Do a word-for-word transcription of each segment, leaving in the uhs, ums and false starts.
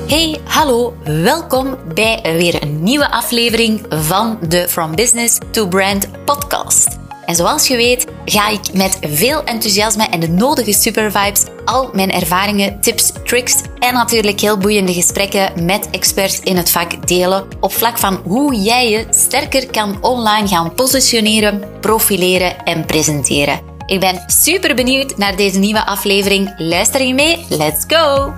Hey, hallo, welkom bij weer een nieuwe aflevering van de From Business to Brand podcast. En zoals je weet ga ik met veel enthousiasme en de nodige supervibes al mijn ervaringen, tips, tricks en natuurlijk heel boeiende gesprekken met experts in het vak delen op vlak van hoe jij je sterker kan online gaan positioneren, profileren en presenteren. Ik ben super benieuwd naar deze nieuwe aflevering. Luister je mee? Let's go!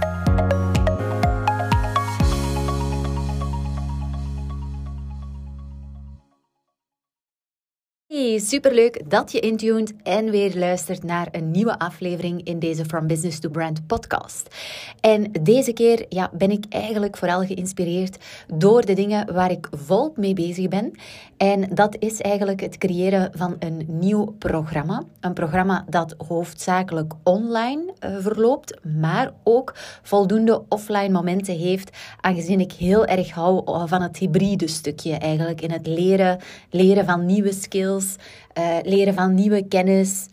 Hey, superleuk dat je intuned en weer luistert naar een nieuwe aflevering in deze From Business to Brand podcast. En deze keer ja, ben ik eigenlijk vooral geïnspireerd door de dingen waar ik volop mee bezig ben. En dat is eigenlijk het creëren van een nieuw programma. Een programma dat hoofdzakelijk online uh, verloopt, maar ook voldoende offline momenten heeft, aangezien ik heel erg hou van het hybride stukje eigenlijk in het leren, leren van nieuwe skills. Uh, leren van nieuwe kennis,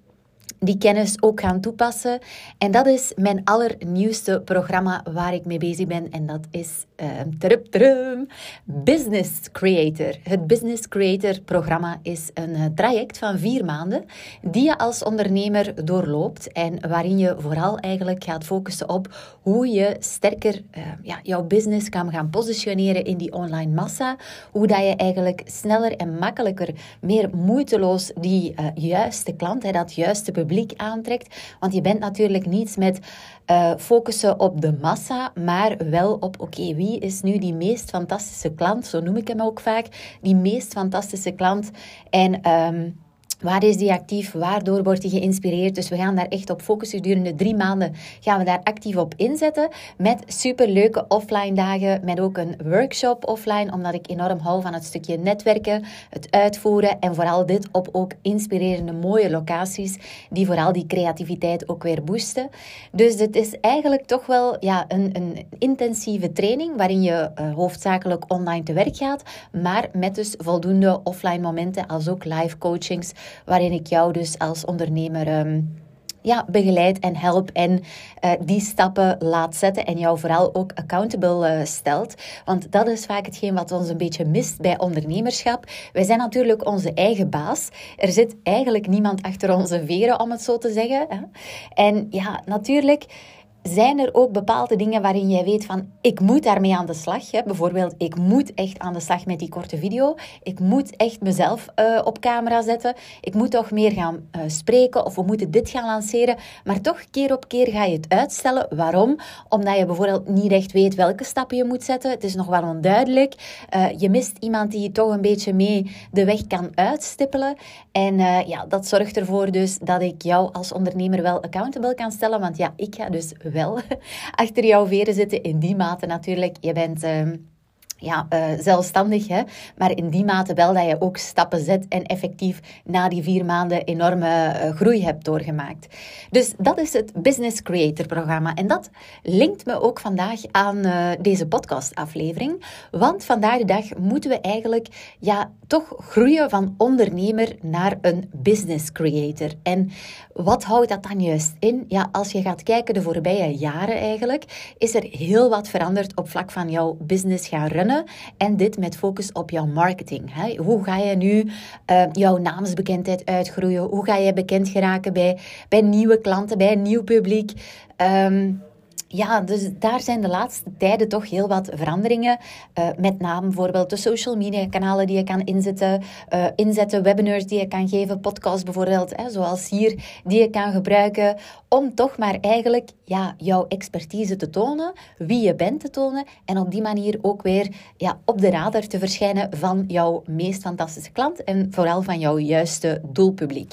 die kennis ook gaan toepassen. En dat is mijn allernieuwste programma waar ik mee bezig ben. En dat is uh, trum, trum, Business Creator. Het Business Creator programma is een uh, traject van vier maanden die je als ondernemer doorloopt en waarin je vooral eigenlijk gaat focussen op hoe je sterker uh, ja, jouw business kan gaan positioneren in die online massa. Hoe dat je eigenlijk sneller en makkelijker, meer moeiteloos die uh, juiste klant, hè, dat juiste publiek aantrekt. Want je bent natuurlijk niets met uh, focussen op de massa, maar wel op, oké, okay, wie is nu die meest fantastische klant? Zo noem ik hem ook vaak. Die meest fantastische klant. En Um, waar is die actief? Waardoor wordt die geïnspireerd? Dus we gaan daar echt op focussen. Gedurende drie maanden gaan we daar actief op inzetten. Met superleuke offline dagen. Met ook een workshop offline. Omdat ik enorm hou van het stukje netwerken. Het uitvoeren. En vooral dit op ook inspirerende mooie locaties. Die vooral die creativiteit ook weer boosten. Dus het is eigenlijk toch wel ja, een, een intensieve training. Waarin je uh, hoofdzakelijk online te werk gaat. Maar met dus voldoende offline momenten. Als ook live coachings. Waarin ik jou dus als ondernemer um, ja, begeleid en help en uh, die stappen laat zetten en jou vooral ook accountable uh, stelt. Want dat is vaak hetgeen wat ons een beetje mist bij ondernemerschap. Wij zijn natuurlijk onze eigen baas. Er zit eigenlijk niemand achter onze veren, om het zo te zeggen. Hè? En ja, natuurlijk zijn er ook bepaalde dingen waarin jij weet van, ik moet daarmee aan de slag. Hè? Bijvoorbeeld, ik moet echt aan de slag met die korte video. Ik moet echt mezelf uh, op camera zetten. Ik moet toch meer gaan uh, spreken of we moeten dit gaan lanceren. Maar toch, keer op keer ga je het uitstellen. Waarom? Omdat je bijvoorbeeld niet echt weet welke stappen je moet zetten. Het is nog wel onduidelijk. Uh, je mist iemand die je toch een beetje mee de weg kan uitstippelen. En uh, ja, dat zorgt ervoor dus dat ik jou als ondernemer wel accountable kan stellen. Want ja, ik ga dus wel achter jouw veren zitten in die mate natuurlijk. Je bent uh, ja, uh, zelfstandig, hè? Maar in die mate wel dat je ook stappen zet en effectief na die vier maanden enorme uh, groei hebt doorgemaakt. Dus dat is het Business Creator programma. En dat linkt me ook vandaag aan uh, deze podcastaflevering. Want vandaag de dag moeten we eigenlijk ja, toch groeien van ondernemer naar een business creator. En wat houdt dat dan juist in? Ja, als je gaat kijken de voorbije jaren eigenlijk, is er heel wat veranderd op vlak van jouw business gaan runnen. En dit met focus op jouw marketing. Hè? Hoe ga je nu uh, jouw naamsbekendheid uitgroeien? Hoe ga je bekend geraken bij, bij nieuwe klanten, bij een nieuw publiek? Um, Ja, dus daar zijn de laatste tijden toch heel wat veranderingen. Uh, met name bijvoorbeeld de social media kanalen die je kan inzetten, uh, inzetten, webinars die je kan geven, podcasts bijvoorbeeld, hè, zoals hier, die je kan gebruiken om toch maar eigenlijk ja, jouw expertise te tonen, wie je bent te tonen en op die manier ook weer ja, op de radar te verschijnen van jouw meest fantastische klant en vooral van jouw juiste doelpubliek.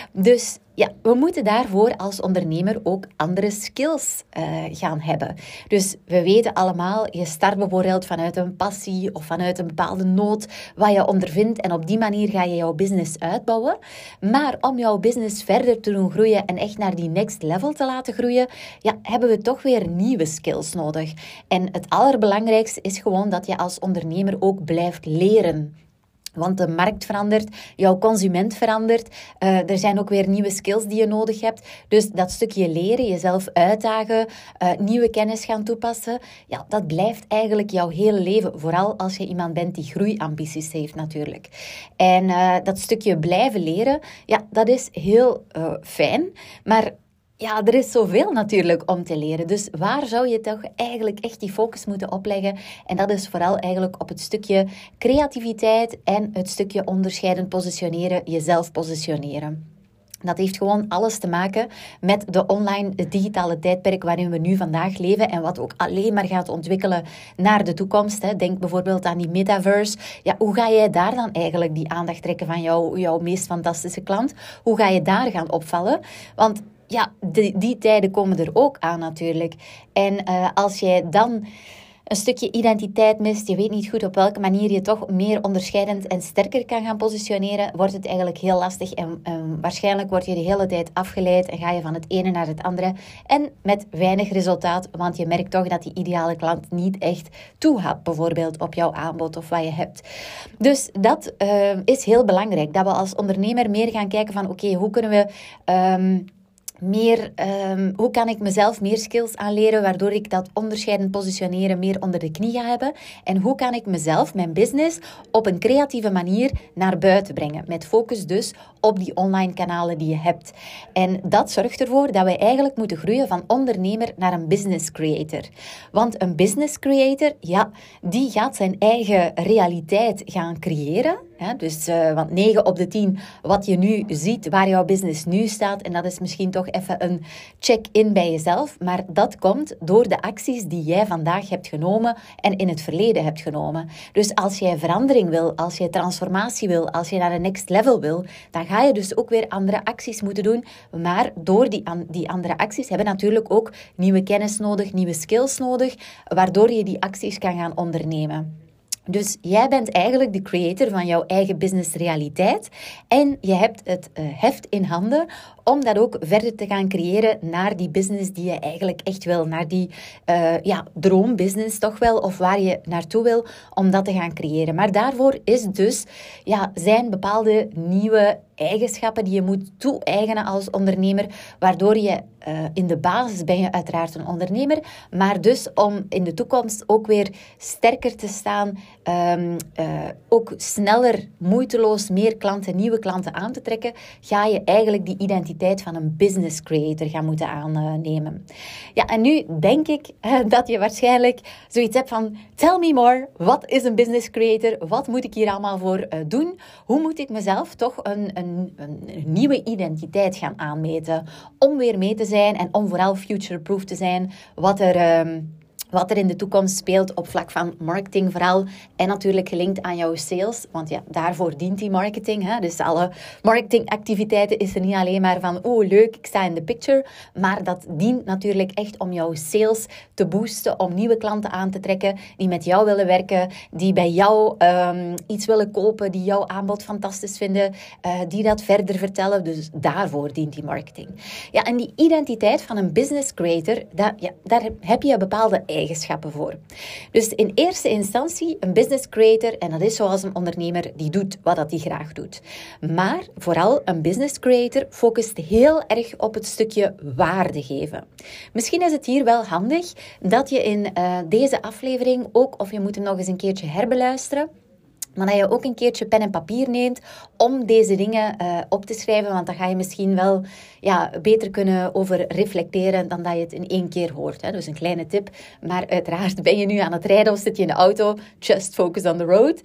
Dus ja, we moeten daarvoor als ondernemer ook andere skills uh, gaan hebben. Dus we weten allemaal, je start bijvoorbeeld vanuit een passie of vanuit een bepaalde nood wat je ondervindt en op die manier ga je jouw business uitbouwen. Maar om jouw business verder te doen groeien en echt naar die next level te laten groeien, ja, hebben we toch weer nieuwe skills nodig. En het allerbelangrijkste is gewoon dat je als ondernemer ook blijft leren. Want de markt verandert, jouw consument verandert. Uh, er zijn ook weer nieuwe skills die je nodig hebt. Dus dat stukje leren, jezelf uitdagen, uh, nieuwe kennis gaan toepassen. Ja, dat blijft eigenlijk jouw hele leven. Vooral als je iemand bent die groeiambities heeft natuurlijk. En uh, dat stukje blijven leren, ja, dat is heel uh, fijn. Maar ja, er is zoveel natuurlijk om te leren. Dus waar zou je toch eigenlijk echt die focus moeten opleggen? En dat is vooral eigenlijk op het stukje creativiteit en het stukje onderscheidend positioneren, jezelf positioneren. Dat heeft gewoon alles te maken met de online, het digitale tijdperk waarin we nu vandaag leven en wat ook alleen maar gaat ontwikkelen naar de toekomst. Hè. Denk bijvoorbeeld aan die metaverse. Ja, hoe ga jij daar dan eigenlijk die aandacht trekken van jou, jouw meest fantastische klant? Hoe ga je daar gaan opvallen? Want ja, die, die tijden komen er ook aan natuurlijk. En uh, als jij dan een stukje identiteit mist, je weet niet goed op welke manier je toch meer onderscheidend en sterker kan gaan positioneren, wordt het eigenlijk heel lastig en um, waarschijnlijk word je de hele tijd afgeleid en ga je van het ene naar het andere en met weinig resultaat, want je merkt toch dat die ideale klant niet echt toehapt, bijvoorbeeld op jouw aanbod of wat je hebt. Dus dat uh, is heel belangrijk, dat we als ondernemer meer gaan kijken van oké, okay, hoe kunnen we Um, Meer, um, hoe kan ik mezelf meer skills aanleren, waardoor ik dat onderscheidend positioneren meer onder de knie ga hebben? En hoe kan ik mezelf, mijn business, op een creatieve manier naar buiten brengen? Met focus dus op die online kanalen die je hebt. En dat zorgt ervoor dat wij eigenlijk moeten groeien van ondernemer naar een business creator. Want een business creator, ja, die gaat zijn eigen realiteit gaan creëren. Ja, dus, uh, want negen op de tien wat je nu ziet, waar jouw business nu staat, en dat is misschien toch even een check-in bij jezelf, maar dat komt door de acties die jij vandaag hebt genomen en in het verleden hebt genomen. Dus als jij verandering wil, als jij transformatie wil, als je naar een next level wil, dan ga je dus ook weer andere acties moeten doen. Maar door die, die andere acties hebben natuurlijk ook nieuwe kennis nodig, nieuwe skills nodig, waardoor je die acties kan gaan ondernemen. Dus jij bent eigenlijk de creator van jouw eigen business realiteit en je hebt het uh, heft in handen om dat ook verder te gaan creëren naar die business die je eigenlijk echt wil. Naar die uh, ja, droombusiness toch wel, of waar je naartoe wil om dat te gaan creëren. Maar daarvoor is dus, ja, zijn bepaalde nieuwe eigenschappen die je moet toe-eigenen als ondernemer, waardoor je uh, in de basis ben je uiteraard een ondernemer, maar dus om in de toekomst ook weer sterker te staan, um, uh, ook sneller, moeiteloos meer klanten, nieuwe klanten aan te trekken, ga je eigenlijk die identiteit van een business creator gaan moeten aannemen. Ja, en nu denk ik uh, dat je waarschijnlijk zoiets hebt van, tell me more, wat is een business creator? Wat moet ik hier allemaal voor uh, doen? Hoe moet ik mezelf toch een, een, een nieuwe identiteit gaan aanmeten om weer mee te zijn en om vooral future-proof te zijn wat er Um, wat er in de toekomst speelt op vlak van marketing vooral. En natuurlijk gelinkt aan jouw sales. Want ja, daarvoor dient die marketing. Hè? Dus alle marketingactiviteiten is er niet alleen maar van, oh leuk, ik sta in de picture. Maar dat dient natuurlijk echt om jouw sales te boosten. Om nieuwe klanten aan te trekken die met jou willen werken. Die bij jou um, iets willen kopen. Die jouw aanbod fantastisch vinden. Uh, die dat verder vertellen. Dus daarvoor dient die marketing. Ja, en die identiteit van een business creator, dat, ja, daar heb je bepaalde eigenschappen voor. Dus in eerste instantie een business creator, en dat is zoals een ondernemer die doet wat dat hij graag doet. Maar vooral een business creator focust heel erg op het stukje waarde geven. Misschien is het hier wel handig dat je in uh, deze aflevering ook, of je moet hem nog eens een keertje herbeluisteren, maar dat je ook een keertje pen en papier neemt om deze dingen uh, op te schrijven. Want dan ga je misschien wel ja, beter kunnen over reflecteren dan dat je het in één keer hoort. Hè. Dus een kleine tip. Maar uiteraard ben je nu aan het rijden of zit je in de auto. Just focus on the road.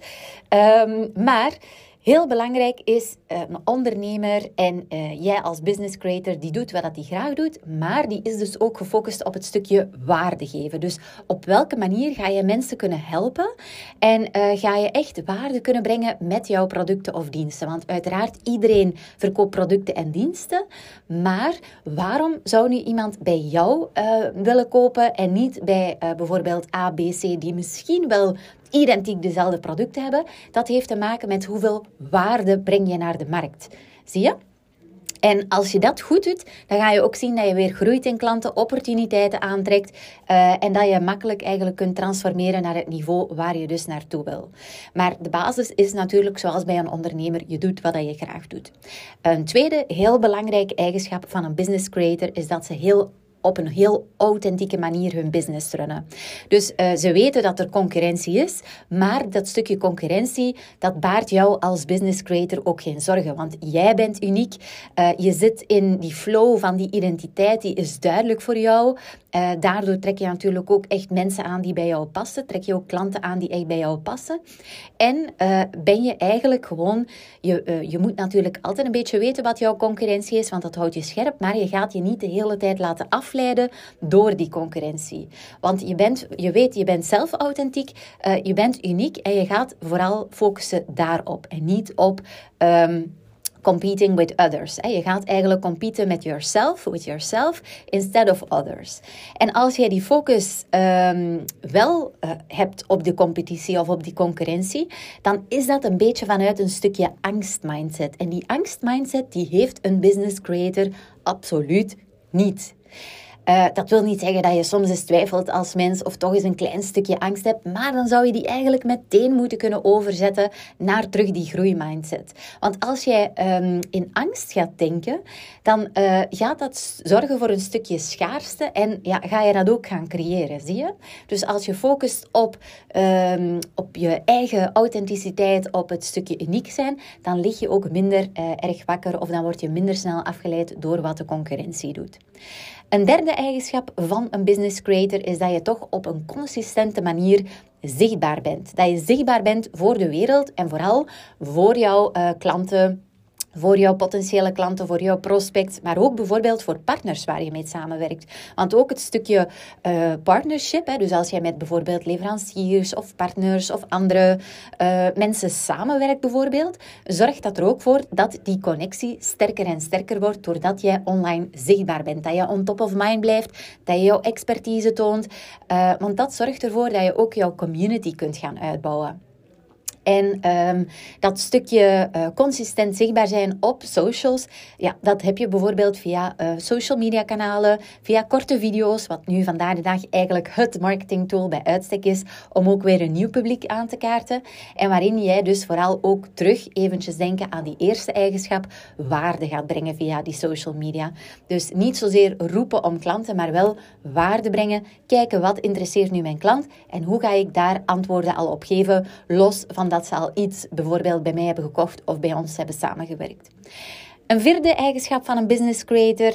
Um, maar heel belangrijk is uh, een ondernemer en uh, jij als business creator die doet wat hij graag doet, maar die is dus ook gefocust op het stukje waarde geven. Dus op welke manier ga je mensen kunnen helpen en uh, ga je echt waarde kunnen brengen met jouw producten of diensten. Want uiteraard iedereen verkoopt producten en diensten, maar waarom zou nu iemand bij jou uh, willen kopen en niet bij uh, bijvoorbeeld A, B, C, die misschien wel identiek dezelfde producten hebben? Dat heeft te maken met hoeveel waarde breng je naar de markt. Zie je? En als je dat goed doet, dan ga je ook zien dat je weer groeit in klanten, opportuniteiten aantrekt uh, en dat je makkelijk eigenlijk kunt transformeren naar het niveau waar je dus naartoe wil. Maar de basis is natuurlijk, zoals bij een ondernemer, je doet wat je graag doet. Een tweede heel belangrijke eigenschap van een business creator is dat ze heel op een heel authentieke manier hun business runnen. Dus uh, ze weten dat er concurrentie is, maar dat stukje concurrentie, dat baart jou als business creator ook geen zorgen. Want jij bent uniek, uh, je zit in die flow van die identiteit, die is duidelijk voor jou. Uh, daardoor trek je natuurlijk ook echt mensen aan die bij jou passen. Trek je ook klanten aan die echt bij jou passen. En uh, ben je eigenlijk gewoon... Je, uh, je moet natuurlijk altijd een beetje weten wat jouw concurrentie is, want dat houdt je scherp. Maar je gaat je niet de hele tijd laten afleiden door die concurrentie. Want je, bent, je weet, je bent zelf authentiek, uh, je bent uniek en je gaat vooral focussen daarop. En niet op... Um, competing with others. Je gaat eigenlijk competen met yourself, with yourself, instead of others. En als jij die focus um, wel uh, hebt op de competitie of op die concurrentie, dan is dat een beetje vanuit een stukje angstmindset. En die angstmindset, die heeft een business creator absoluut niet. Uh, dat wil niet zeggen dat je soms eens twijfelt als mens of toch eens een klein stukje angst hebt, maar dan zou je die eigenlijk meteen moeten kunnen overzetten naar terug die groeimindset. Want als jij um, in angst gaat denken, dan uh, gaat dat zorgen voor een stukje schaarste en ja, ga je dat ook gaan creëren, zie je? Dus als je focust op, um, op je eigen authenticiteit, op het stukje uniek zijn, dan lig je ook minder uh, erg wakker of dan word je minder snel afgeleid door wat de concurrentie doet. Een derde eigenschap van een business creator is dat je toch op een consistente manier zichtbaar bent. Dat je zichtbaar bent voor de wereld en vooral voor jouw uh, klanten, voor jouw potentiële klanten, voor jouw prospects, maar ook bijvoorbeeld voor partners waar je mee samenwerkt. Want ook het stukje uh, partnership, hè, dus als jij met bijvoorbeeld leveranciers of partners of andere uh, mensen samenwerkt bijvoorbeeld, zorgt dat er ook voor dat die connectie sterker en sterker wordt doordat jij online zichtbaar bent. Dat je on top of mind blijft, dat je jouw expertise toont, uh, want dat zorgt ervoor dat je ook jouw community kunt gaan uitbouwen. En um, dat stukje uh, consistent zichtbaar zijn op socials, ja, dat heb je bijvoorbeeld via uh, social media kanalen, via korte video's, wat nu vandaag de dag eigenlijk het marketingtool bij uitstek is, om ook weer een nieuw publiek aan te kaarten. En waarin jij dus vooral ook terug eventjes denken aan die eerste eigenschap, waarde gaat brengen via die social media. Dus niet zozeer roepen om klanten, maar wel waarde brengen, kijken wat interesseert nu mijn klant en hoe ga ik daar antwoorden al op geven, los van dat ze al iets bijvoorbeeld bij mij hebben gekocht of bij ons hebben samengewerkt. Een vierde eigenschap van een business creator,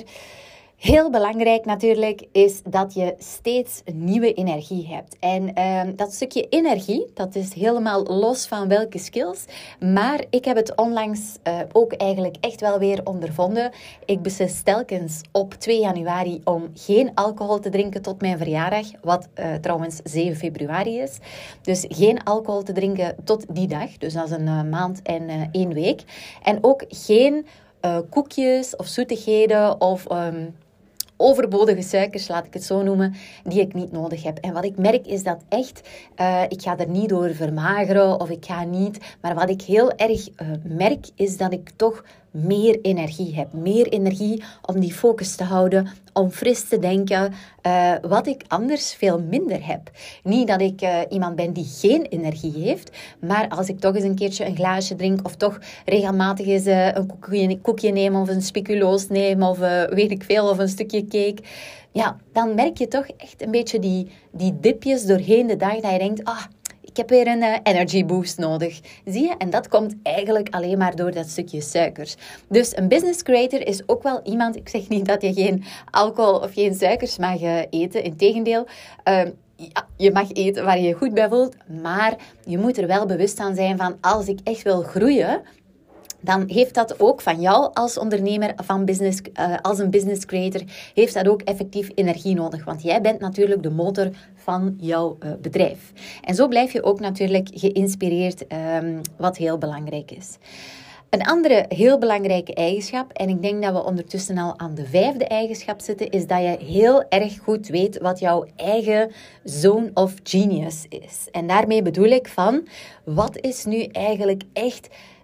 heel belangrijk natuurlijk, is dat je steeds nieuwe energie hebt. En uh, dat stukje energie, dat is helemaal los van welke skills. Maar ik heb het onlangs uh, ook eigenlijk echt wel weer ondervonden. Ik beslis telkens op twee januari om geen alcohol te drinken tot mijn verjaardag. Wat uh, trouwens zeven februari is. Dus geen alcohol te drinken tot die dag. Dus dat is een uh, maand en uh, één week. En ook geen uh, koekjes of zoetigheden of... Um, overbodige suikers, laat ik het zo noemen, die ik niet nodig heb. En wat ik merk is dat echt, uh, ik ga er niet door vermageren of ik ga niet, maar wat ik heel erg uh, merk is dat ik toch meer energie heb. Meer energie om die focus te houden, om fris te denken, uh, wat ik anders veel minder heb. Niet dat ik uh, iemand ben die geen energie heeft, maar als ik toch eens een keertje een glaasje drink of toch regelmatig eens uh, een koekje, koekje neem of een speculoos neem of uh, weet ik veel, of een stukje cake, ja, dan merk je toch echt een beetje die, die dipjes doorheen de dag dat je denkt, ah, ik heb weer een uh, energy boost nodig. Zie je? En dat komt eigenlijk alleen maar door dat stukje suikers. Dus een business creator is ook wel iemand... Ik zeg niet dat je geen alcohol of geen suikers mag uh, eten. Integendeel, uh, ja, je mag eten waar je je goed bij voelt. Maar je moet er wel bewust aan zijn van... Als ik echt wil groeien... dan heeft dat ook van jou als ondernemer, van business, uh, als een business creator, heeft dat ook effectief energie nodig. Want jij bent natuurlijk de motor van jouw uh, bedrijf. En zo blijf je ook natuurlijk geïnspireerd, um, wat heel belangrijk is. Een andere heel belangrijke eigenschap, en ik denk dat we ondertussen al aan de vijfde eigenschap zitten, is dat je heel erg goed weet wat jouw eigen zone of genius is. En daarmee bedoel ik van, wat is nu eigenlijk echt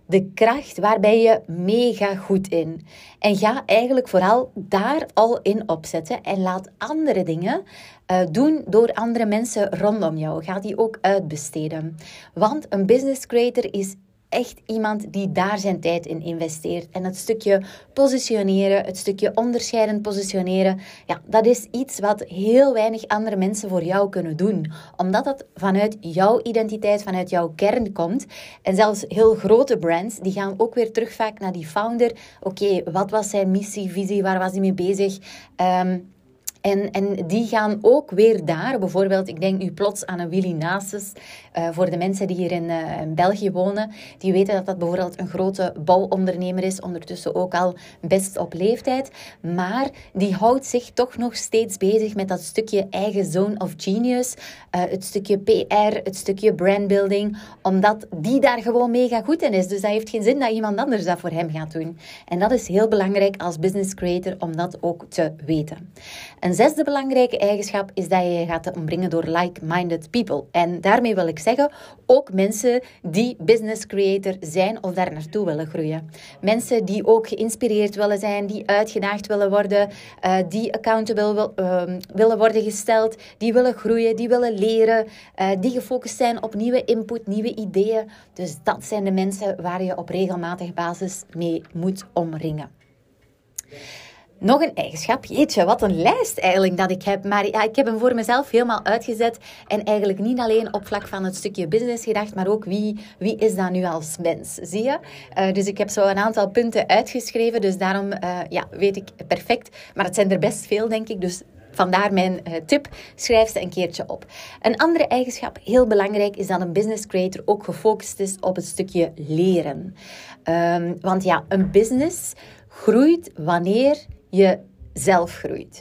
de kracht, waar ben je mega goed in? En ga eigenlijk vooral daar al in opzetten en laat andere dingen uh, doen door andere mensen rondom jou. Ga die ook uitbesteden. Want een business creator is echt iemand die daar zijn tijd in investeert. En het stukje positioneren, het stukje onderscheidend positioneren, ja, dat is iets wat heel weinig andere mensen voor jou kunnen doen. Omdat het vanuit jouw identiteit, vanuit jouw kern komt. En zelfs heel grote brands, die gaan ook weer terug vaak naar die founder. Oké, okay, wat was zijn missie, visie, waar was hij mee bezig? Um, En, en die gaan ook weer daar, bijvoorbeeld, ik denk nu plots aan een Willy Nasus, uh, voor de mensen die hier in, uh, in België wonen, die weten dat dat bijvoorbeeld een grote bouwondernemer is, ondertussen ook al best op leeftijd, maar die houdt zich toch nog steeds bezig met dat stukje eigen zone of genius, uh, het stukje P R, het stukje brandbuilding, omdat die daar gewoon mega goed in is. Dus dat heeft geen zin dat iemand anders dat voor hem gaat doen. En dat is heel belangrijk als business creator om dat ook te weten. Een zesde belangrijke eigenschap is dat je je gaat omringen door like-minded people. En daarmee wil ik zeggen, ook mensen die business creator zijn of daar naartoe willen groeien. Mensen die ook geïnspireerd willen zijn, die uitgedaagd willen worden, uh, die accountable wil, uh, willen worden gesteld, die willen groeien, die willen leren, uh, die gefocust zijn op nieuwe input, nieuwe ideeën. Dus dat zijn de mensen waar je op regelmatige basis mee moet omringen. Nog een eigenschap. Jeetje, wat een lijst eigenlijk dat ik heb. Maar ja, ik heb hem voor mezelf helemaal uitgezet. En eigenlijk niet alleen op vlak van het stukje business gedacht, maar ook wie, wie is dat nu als mens? Zie je? Uh, dus ik heb zo een aantal punten uitgeschreven. Dus daarom uh, ja, weet ik perfect. Maar het zijn er best veel, denk ik. Dus vandaar mijn uh, tip. Schrijf ze een keertje op. Een andere eigenschap, heel belangrijk, is dat een business creator ook gefocust is op het stukje leren. Um, want ja, een business groeit wanneer je zelf groeit.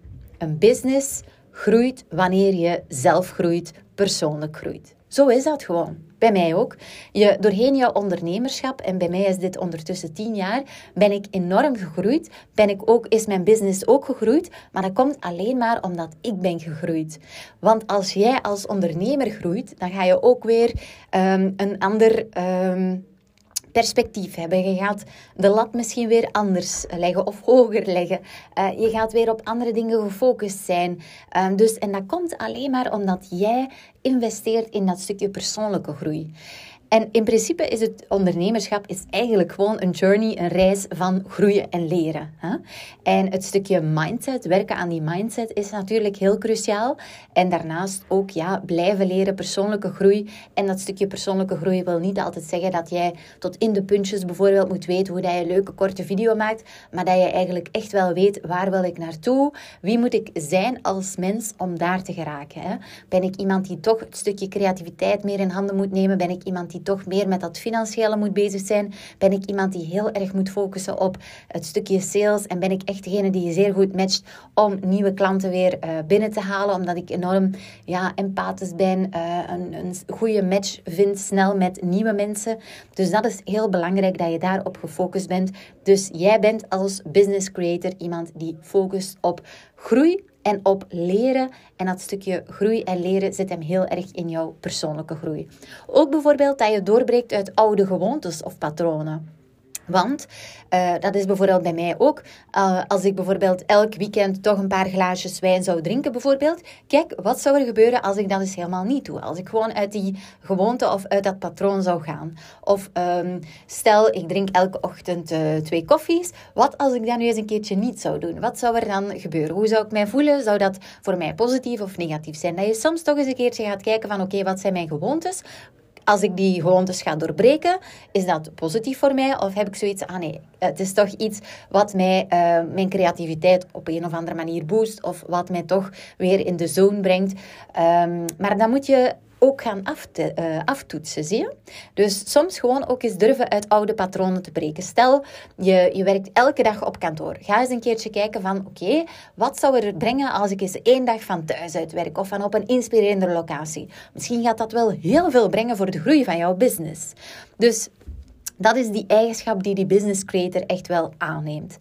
Een business groeit wanneer je zelf groeit, persoonlijk groeit. Zo is dat gewoon. Bij mij ook. Je, doorheen jouw ondernemerschap, en bij mij is dit ondertussen tien jaar, ben ik enorm gegroeid. Ben ik ook, is mijn business ook gegroeid. Maar dat komt alleen maar omdat ik ben gegroeid. Want als jij als ondernemer groeit, dan ga je ook weer um, een ander Um, perspectief hebben. Je gaat de lat misschien weer anders leggen of hoger leggen. Uh, je gaat weer op andere dingen gefocust zijn. Um, dus, en dat komt alleen maar omdat jij investeert in dat stukje persoonlijke groei. En in principe is het ondernemerschap is eigenlijk gewoon een journey, een reis van groeien en leren. Hè? En het stukje mindset, werken aan die mindset, is natuurlijk heel cruciaal. En daarnaast ook ja, blijven leren, persoonlijke groei. En dat stukje persoonlijke groei wil niet altijd zeggen dat jij tot in de puntjes bijvoorbeeld moet weten hoe dat je een leuke korte video maakt. Maar dat je eigenlijk echt wel weet, waar wil ik naartoe? Wie moet ik zijn als mens om daar te geraken? Hè? Ben ik iemand die toch het stukje creativiteit meer in handen moet nemen? Ben ik iemand die toch meer met dat financiële moet bezig zijn? Ben ik iemand die heel erg moet focussen op het stukje sales? En ben ik echt degene die zeer goed matcht om nieuwe klanten weer uh, binnen te halen? Omdat ik enorm ja, empathisch ben, uh, een, een goede match vind snel met nieuwe mensen. Dus dat is heel belangrijk dat je daarop gefocust bent. Dus jij bent als business creator iemand die focust op groei en op leren. En dat stukje groei en leren zit hem heel erg in jouw persoonlijke groei. Ook bijvoorbeeld dat je doorbreekt uit oude gewoontes of patronen. Want uh, dat is bijvoorbeeld bij mij ook. Uh, als ik bijvoorbeeld elk weekend toch een paar glaasjes wijn zou drinken bijvoorbeeld. Kijk, wat zou er gebeuren als ik dat dus helemaal niet doe? Als ik gewoon uit die gewoonte of uit dat patroon zou gaan. Of um, stel, ik drink elke ochtend uh, twee koffies. Wat als ik dat nu eens een keertje niet zou doen? Wat zou er dan gebeuren? Hoe zou ik mij voelen? Zou dat voor mij positief of negatief zijn? Dat je soms toch eens een keertje gaat kijken van oké, okay, wat zijn mijn gewoontes? Als ik die gewoontes ga doorbreken, is dat positief voor mij? Of heb ik zoiets, ah nee, het is toch iets wat mij, uh, mijn creativiteit op een of andere manier boost. Of wat mij toch weer in de zone brengt. Um, maar dan moet je ook gaan afte, uh, aftoetsen, zie je? Dus soms gewoon ook eens durven uit oude patronen te breken. Stel, je, je werkt elke dag op kantoor. Ga eens een keertje kijken van, oké, okay, wat zou er brengen als ik eens één dag van thuis uit werk of van op een inspirerende locatie? Misschien gaat dat wel heel veel brengen voor de groei van jouw business. Dus dat is die eigenschap die die business creator echt wel aanneemt.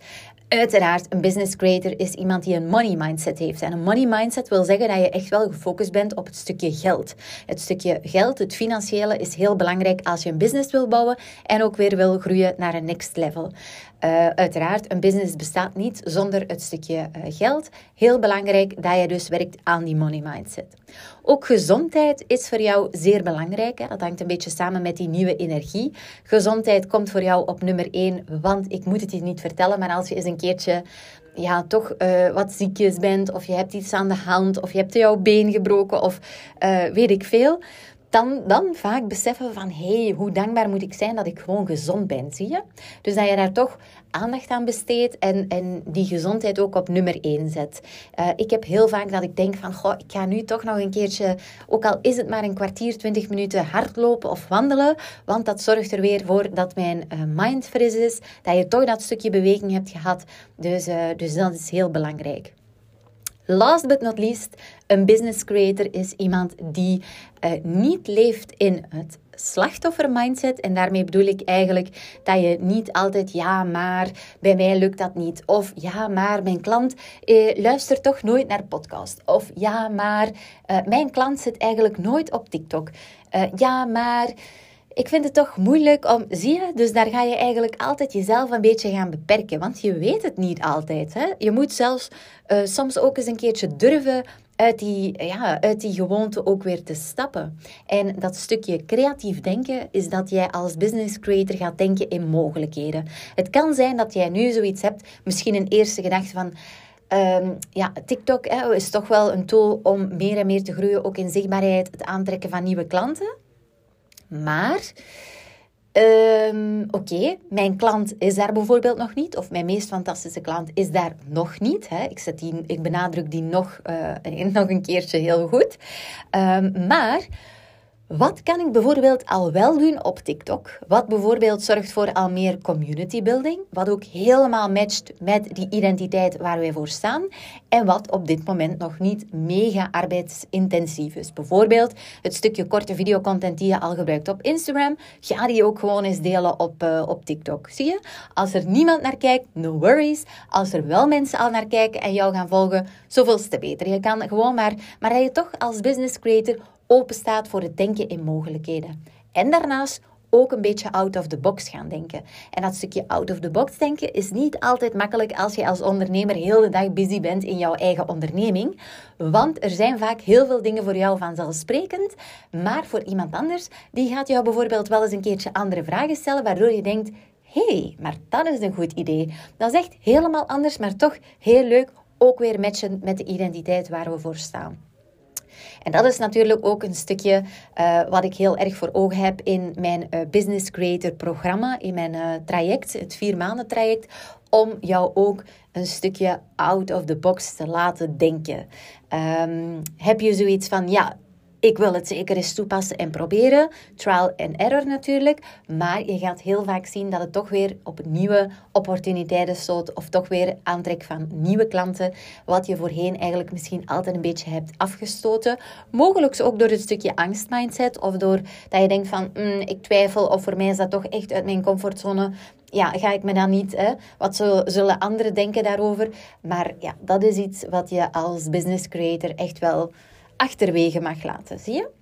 Uiteraard, een business creator is iemand die een money mindset heeft. En een money mindset wil zeggen dat je echt wel gefocust bent op het stukje geld. Het stukje geld, het financiële, is heel belangrijk als je een business wil bouwen en ook weer wil groeien naar een next level. Uh, uiteraard, een business bestaat niet zonder het stukje uh, geld. Heel belangrijk dat je dus werkt aan die money mindset. Ook gezondheid is voor jou zeer belangrijk. Hè? Dat hangt een beetje samen met die nieuwe energie. Gezondheid komt voor jou op nummer één, want ik moet het je niet vertellen, maar als je eens een keertje ja, toch uh, wat ziekjes bent, of je hebt iets aan de hand, of je hebt jouw been gebroken, of uh, weet ik veel, Dan, dan vaak beseffen van, hé, hey, hoe dankbaar moet ik zijn dat ik gewoon gezond ben, zie je? Dus dat je daar toch aandacht aan besteedt en, en die gezondheid ook op nummer één zet. Uh, ik heb heel vaak dat ik denk van, goh, ik ga nu toch nog een keertje, ook al is het maar een kwartier, twintig minuten hardlopen of wandelen, want dat zorgt er weer voor dat mijn uh, mind fris is, dat je toch dat stukje beweging hebt gehad. Dus, uh, dus dat is heel belangrijk. Last but not least, een business creator is iemand die uh, niet leeft in het slachtoffer mindset. En daarmee bedoel ik eigenlijk dat je niet altijd, ja maar, bij mij lukt dat niet. Of ja maar, mijn klant eh, luistert toch nooit naar podcast. Of ja maar, uh, mijn klant zit eigenlijk nooit op TikTok. Uh, ja maar... Ik vind het toch moeilijk om, zie je, dus daar ga je eigenlijk altijd jezelf een beetje gaan beperken. Want je weet het niet altijd. Hè? Je moet zelfs uh, soms ook eens een keertje durven uit die, ja, uit die gewoonte ook weer te stappen. En dat stukje creatief denken is dat jij als business creator gaat denken in mogelijkheden. Het kan zijn dat jij nu zoiets hebt, misschien een eerste gedachte van... Um, ja, TikTok hè, is toch wel een tool om meer en meer te groeien, ook in zichtbaarheid, het aantrekken van nieuwe klanten. Maar, um, oké, okay, mijn klant is daar bijvoorbeeld nog niet. Of mijn meest fantastische klant is daar nog niet. Hè. Ik, zet die, ik benadruk die nog, uh, nog een keertje heel goed. Um, maar... Wat kan ik bijvoorbeeld al wel doen op TikTok? Wat bijvoorbeeld zorgt voor al meer community building. Wat ook helemaal matcht met die identiteit waar wij voor staan. En wat op dit moment nog niet mega arbeidsintensief is. Bijvoorbeeld het stukje korte videocontent die je al gebruikt op Instagram. Ga die ook gewoon eens delen op, uh, op TikTok. Zie je? Als er niemand naar kijkt, no worries. Als er wel mensen al naar kijken en jou gaan volgen, zoveel te beter. Je kan gewoon maar, maar dat je toch als business creator open staat voor het denken in mogelijkheden. En daarnaast ook een beetje out of the box gaan denken. En dat stukje out of the box denken is niet altijd makkelijk als je als ondernemer heel de dag busy bent in jouw eigen onderneming. Want er zijn vaak heel veel dingen voor jou vanzelfsprekend. Maar voor iemand anders, die gaat jou bijvoorbeeld wel eens een keertje andere vragen stellen, waardoor je denkt, hé, hey, maar dat is een goed idee. Dat is echt helemaal anders, maar toch heel leuk. Ook weer matchen met de identiteit waar we voor staan. En dat is natuurlijk ook een stukje uh, wat ik heel erg voor ogen heb in mijn uh, Business Creator programma, in mijn uh, traject, het vier maanden traject, om jou ook een stukje out of the box te laten denken. Um, heb je zoiets van, ja, ik wil het zeker eens toepassen en proberen. Trial and error natuurlijk. Maar je gaat heel vaak zien dat het toch weer op nieuwe opportuniteiten stoot. Of toch weer aantrek van nieuwe klanten. Wat je voorheen eigenlijk misschien altijd een beetje hebt afgestoten. Mogelijk ook door het stukje angstmindset. Of door dat je denkt van, mm, ik twijfel. Of voor mij is dat toch echt uit mijn comfortzone. Ja, ga ik me dan niet, hè? Wat zullen anderen denken daarover? Maar ja, dat is iets wat je als business creator echt wel achterwege mag laten, zie je?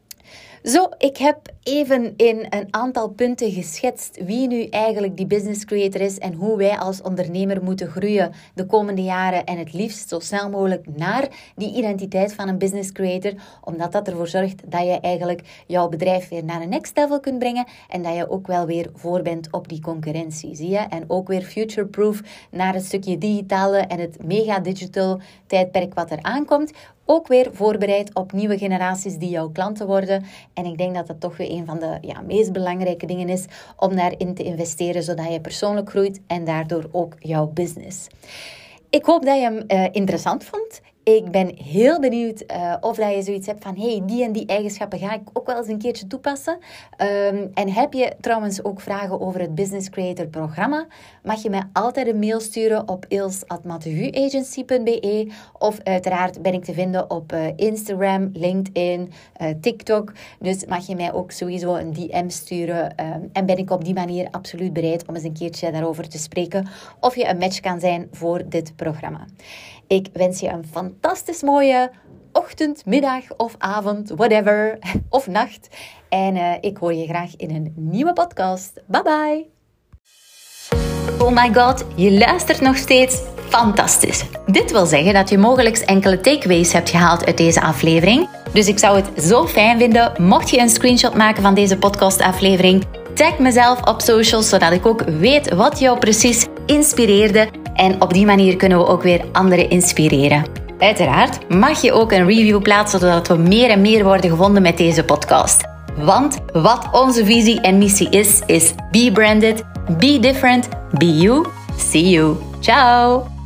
Zo, ik heb even in een aantal punten geschetst wie nu eigenlijk die business creator is en hoe wij als ondernemer moeten groeien de komende jaren en het liefst zo snel mogelijk naar die identiteit van een business creator, omdat dat ervoor zorgt dat je eigenlijk jouw bedrijf weer naar een next level kunt brengen en dat je ook wel weer voor bent op die concurrentie, zie je? En ook weer future-proof naar het stukje digitale en het mega-digital tijdperk wat er aankomt. Ook weer voorbereid op nieuwe generaties die jouw klanten worden. En ik denk dat dat toch weer een van de ja, meest belangrijke dingen is om daarin te investeren, zodat je persoonlijk groeit en daardoor ook jouw business. Ik hoop dat je hem uh, interessant vond. Ik ben heel benieuwd uh, of dat je zoiets hebt van hey, die en die eigenschappen ga ik ook wel eens een keertje toepassen. Um, en heb je trouwens ook vragen over het Business Creator programma, mag je mij altijd een mail sturen op ils at matehuagency punt be of uiteraard ben ik te vinden op uh, Instagram, LinkedIn, uh, TikTok. Dus mag je mij ook sowieso een D M sturen um, en ben ik op die manier absoluut bereid om eens een keertje daarover te spreken of je een match kan zijn voor dit programma. Ik wens je een fantastisch mooie ochtend, middag of avond, whatever, of nacht. En uh, ik hoor je graag in een nieuwe podcast. Bye bye! Oh my god, je luistert nog steeds? Fantastisch! Dit wil zeggen dat je mogelijk enkele takeaways hebt gehaald uit deze aflevering. Dus ik zou het zo fijn vinden mocht je een screenshot maken van deze podcastaflevering. Tag mezelf op socials, zodat ik ook weet wat jou precies inspireerde. En op die manier kunnen we ook weer anderen inspireren. Uiteraard mag je ook een review plaatsen, zodat we meer en meer worden gevonden met deze podcast. Want wat onze visie en missie is, is be branded, be different, be you. See you. Ciao!